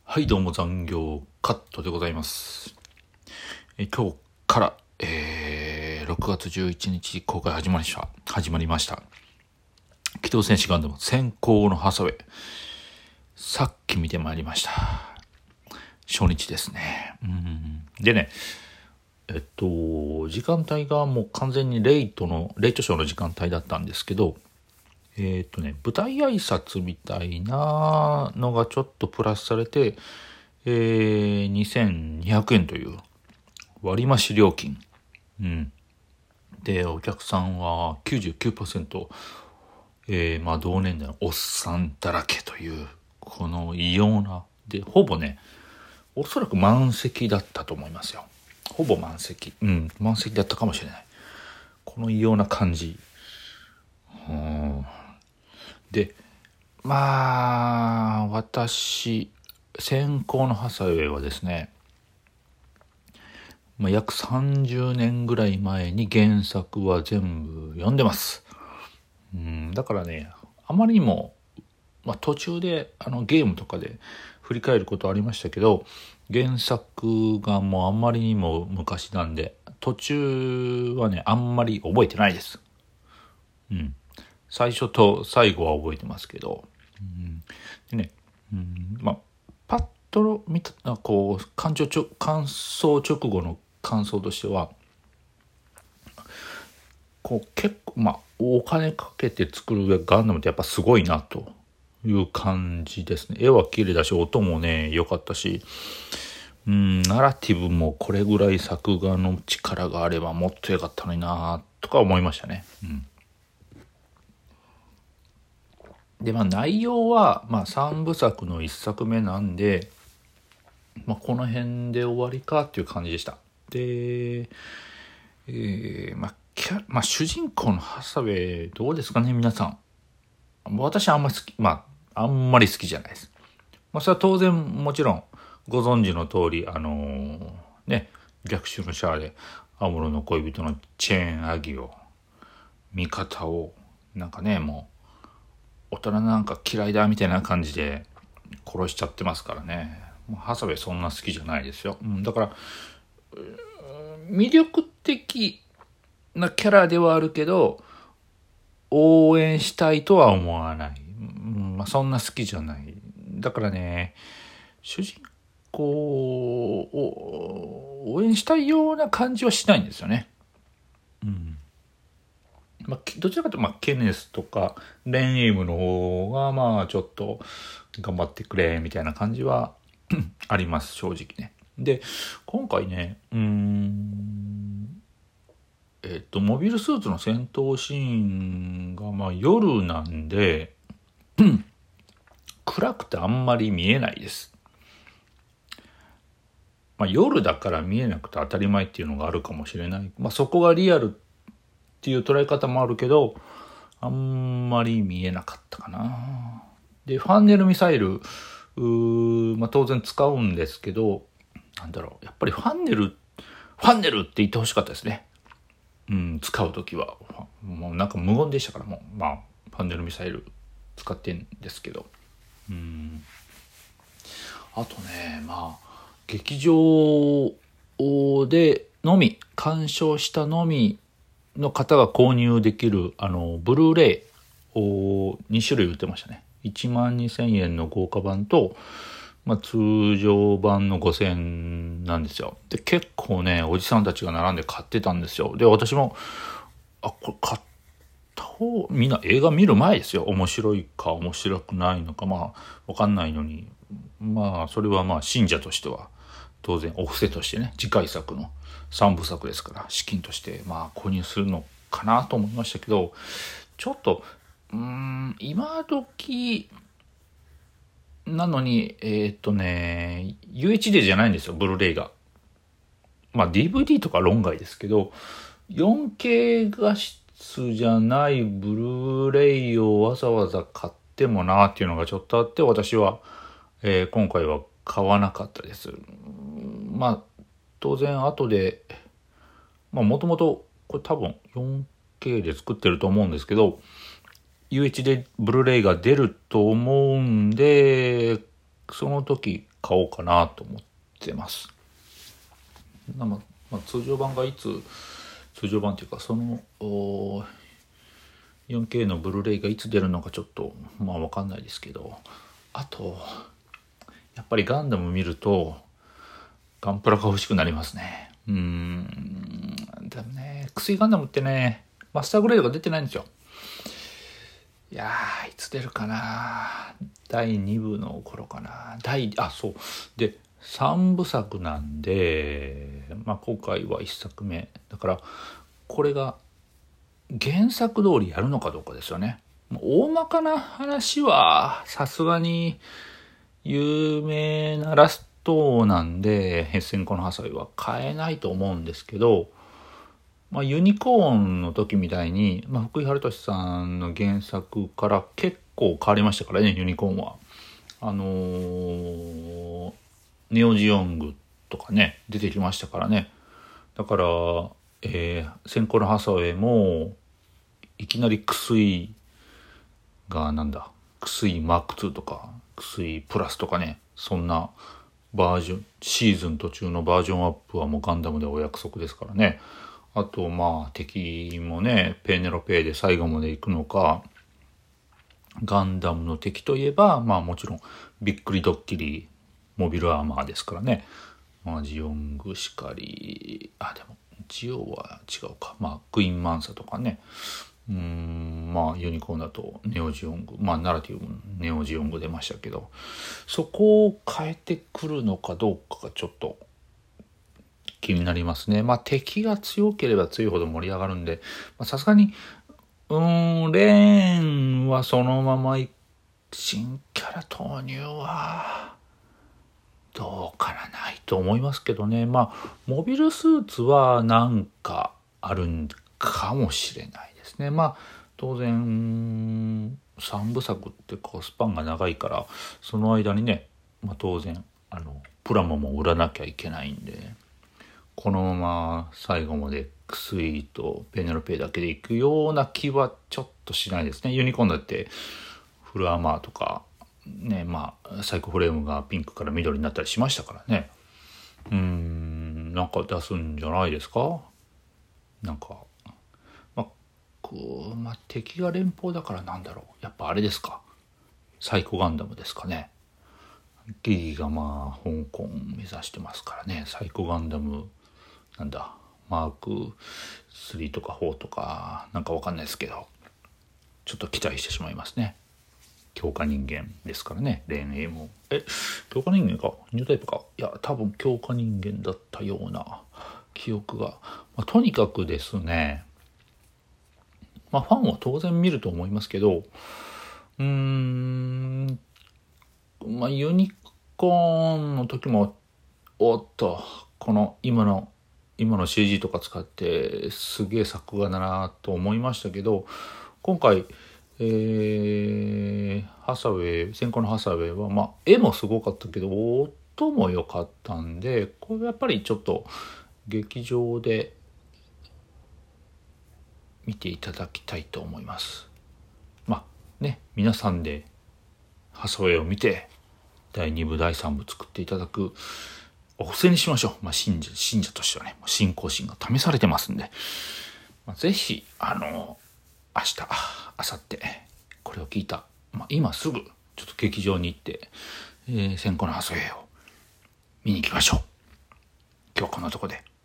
はいどうも残業カットでございます。今日から、6月11日公開始まりました。機動戦士ガンダム先行のハサウェイ、さっき見てまいりました。初日ですね。でね、時間帯がもう完全にレイトショーの時間帯だったんですけど、舞台挨拶みたいなのがちょっとプラスされて、2200円という割増料金。で、お客さんは 99%、同年代のおっさんだらけという、この異様な、で、ほぼね、おそらく満席だったと思いますよ。ほぼ満席。満席だったかもしれない。この異様な感じ。で、私、先行のハサウェイはですね、約30年ぐらい前に原作は全部読んでます。だからね、あまりにも、途中でゲームとかで振り返ることありましたけど、原作がもうあんまりにも昔なんで、途中はね、あんまり覚えてないです。最初と最後は覚えてますけど、でね、パッと見たこう感想直後の感想としては、こう結構お金かけて作るガンダムってやっぱすごいなという感じですね。絵は綺麗だし、音もね良かったし、ナラティブもこれぐらい作画の力があればもっと良かったのになとか思いましたね。で内容は3部作の1作目なんで、この辺で終わりかっていう感じでした。で、主人公のハサウェイどうですかね皆さん。私あんまり好き、あんまり好きじゃないです。それは当然もちろんご存知の通り逆襲のシャアでアムロの恋人のチェーン・アギを味方をもう大人なんか嫌いだみたいな感じで殺しちゃってますからね。ハサウェイそんな好きじゃないですよ。だから魅力的なキャラではあるけど応援したいとは思わない。そんな好きじゃない。だからね、主人公を応援したいような感じはしないんですよね。どちらかというとケネスとかレンエイムの方がちょっと頑張ってくれみたいな感じはあります正直ね。で今回ねモビルスーツの戦闘シーンが夜なんで暗くてあんまり見えないです。夜だから見えなくて当たり前っていうのがあるかもしれない。そこがリアルっていう捉え方もあるけど、あんまり見えなかったかな。で、ファンネルミサイル、当然使うんですけど、やっぱりファンネルって言ってほしかったですね。使うときは。もう無言でしたから、ファンネルミサイル使ってんですけど。あとね、劇場でのみ、鑑賞したのみの方が購入できる、ブルーレイを2種類売ってましたね。12,000円の豪華版と、通常版の5,000円なんですよ。で、結構ね、おじさんたちが並んで買ってたんですよ。で、私も、これ買った方、みんな映画見る前ですよ。面白いか面白くないのか、わかんないのに。それは信者としては、当然お布施としてね、次回作の3部作ですから資金として購入するのかなと思いましたけど、ちょっと今時なのにUHD じゃないんですよ、ブルーレイが。DVD とか論外ですけど 4K 画質じゃないブルーレイをわざわざ買ってもなっていうのがちょっとあって、私は、今回は買わなかったです。当然後でもともとこれ多分 4K で作ってると思うんですけど UHD ブルーレイが出ると思うんで、その時買おうかなと思ってます。通常版が通常版っていうかその4K のブルーレイがいつ出るのかちょっと分かんないですけど、あとやっぱりガンダム見るとガンプラが欲しくなりますね。でもね、薬ガンダムってね、マスターグレードが出てないんですよ。いやいつ出るかな。第2部の頃かな。そうで3部作なんで、今回は1作目だから、これが原作通りやるのかどうかですよね。大まかな話はさすがに有名なラストなんで先行のハサウェイは変えないと思うんですけど、ユニコーンの時みたいに、福井春俊さんの原作から結構変わりましたからね、ユニコーンは。ネオジオングとかね出てきましたからね。だから、先行のハサウェイもいきなりクスイがクスイマーク2とかクスイプラスとかね、そんなバージョン、シーズン途中のバージョンアップはもうガンダムでお約束ですからね。あと敵もね、ペーネロペーで最後まで行くのか、ガンダムの敵といえばもちろんびっくりドッキリモビルアーマーですからね。ジオングしかり、でもジオは違うか、クイーンマンサとかね、ユニコーンだとネオジオング、ナラティブもネオジオング出ましたけど、そこを変えてくるのかどうかがちょっと気になりますね。敵が強ければ強いほど盛り上がるんで、さすがにレーンはそのまま新キャラ投入はどうかないと思いますけどね。モビルスーツはなんかあるんかもしれないですね。当然3部作ってスパンが長いから、その間にね、当然プラモも売らなきゃいけないんで、このまま最後までクスイとペネロペだけでいくような気はちょっとしないですね。ユニコーンだってフルアーマーとかね、サイコフレームがピンクから緑になったりしましたからね。なんか出すんじゃないですか。敵が連邦だからやっぱあれですか、サイコガンダムですかね。ギギが香港目指してますからね。サイコガンダムマーク3とか4とかわかんないですけど、ちょっと期待してしまいますね。強化人間ですからね、レーン A も。強化人間かニュータイプか、いや多分強化人間だったような記憶が、とにかくですね、ファンは当然見ると思いますけど、ユニコーンの時もこの今の CG とか使ってすげえ作画だなと思いましたけど、今回ハサウェイ、先行のハサウェイは絵もすごかったけど音も良かったんで、これやっぱりちょっと劇場で見ていただきたいと思います。皆さんでハサウェイを見て第2部第3部作っていただくお布施にしましょう。信者としてはね、信仰心が試されてますんで、ぜひ明日明後日これを聞いた、今すぐちょっと劇場に行って、先行のハサウェイを見に行きましょう。今日はこんなとこで。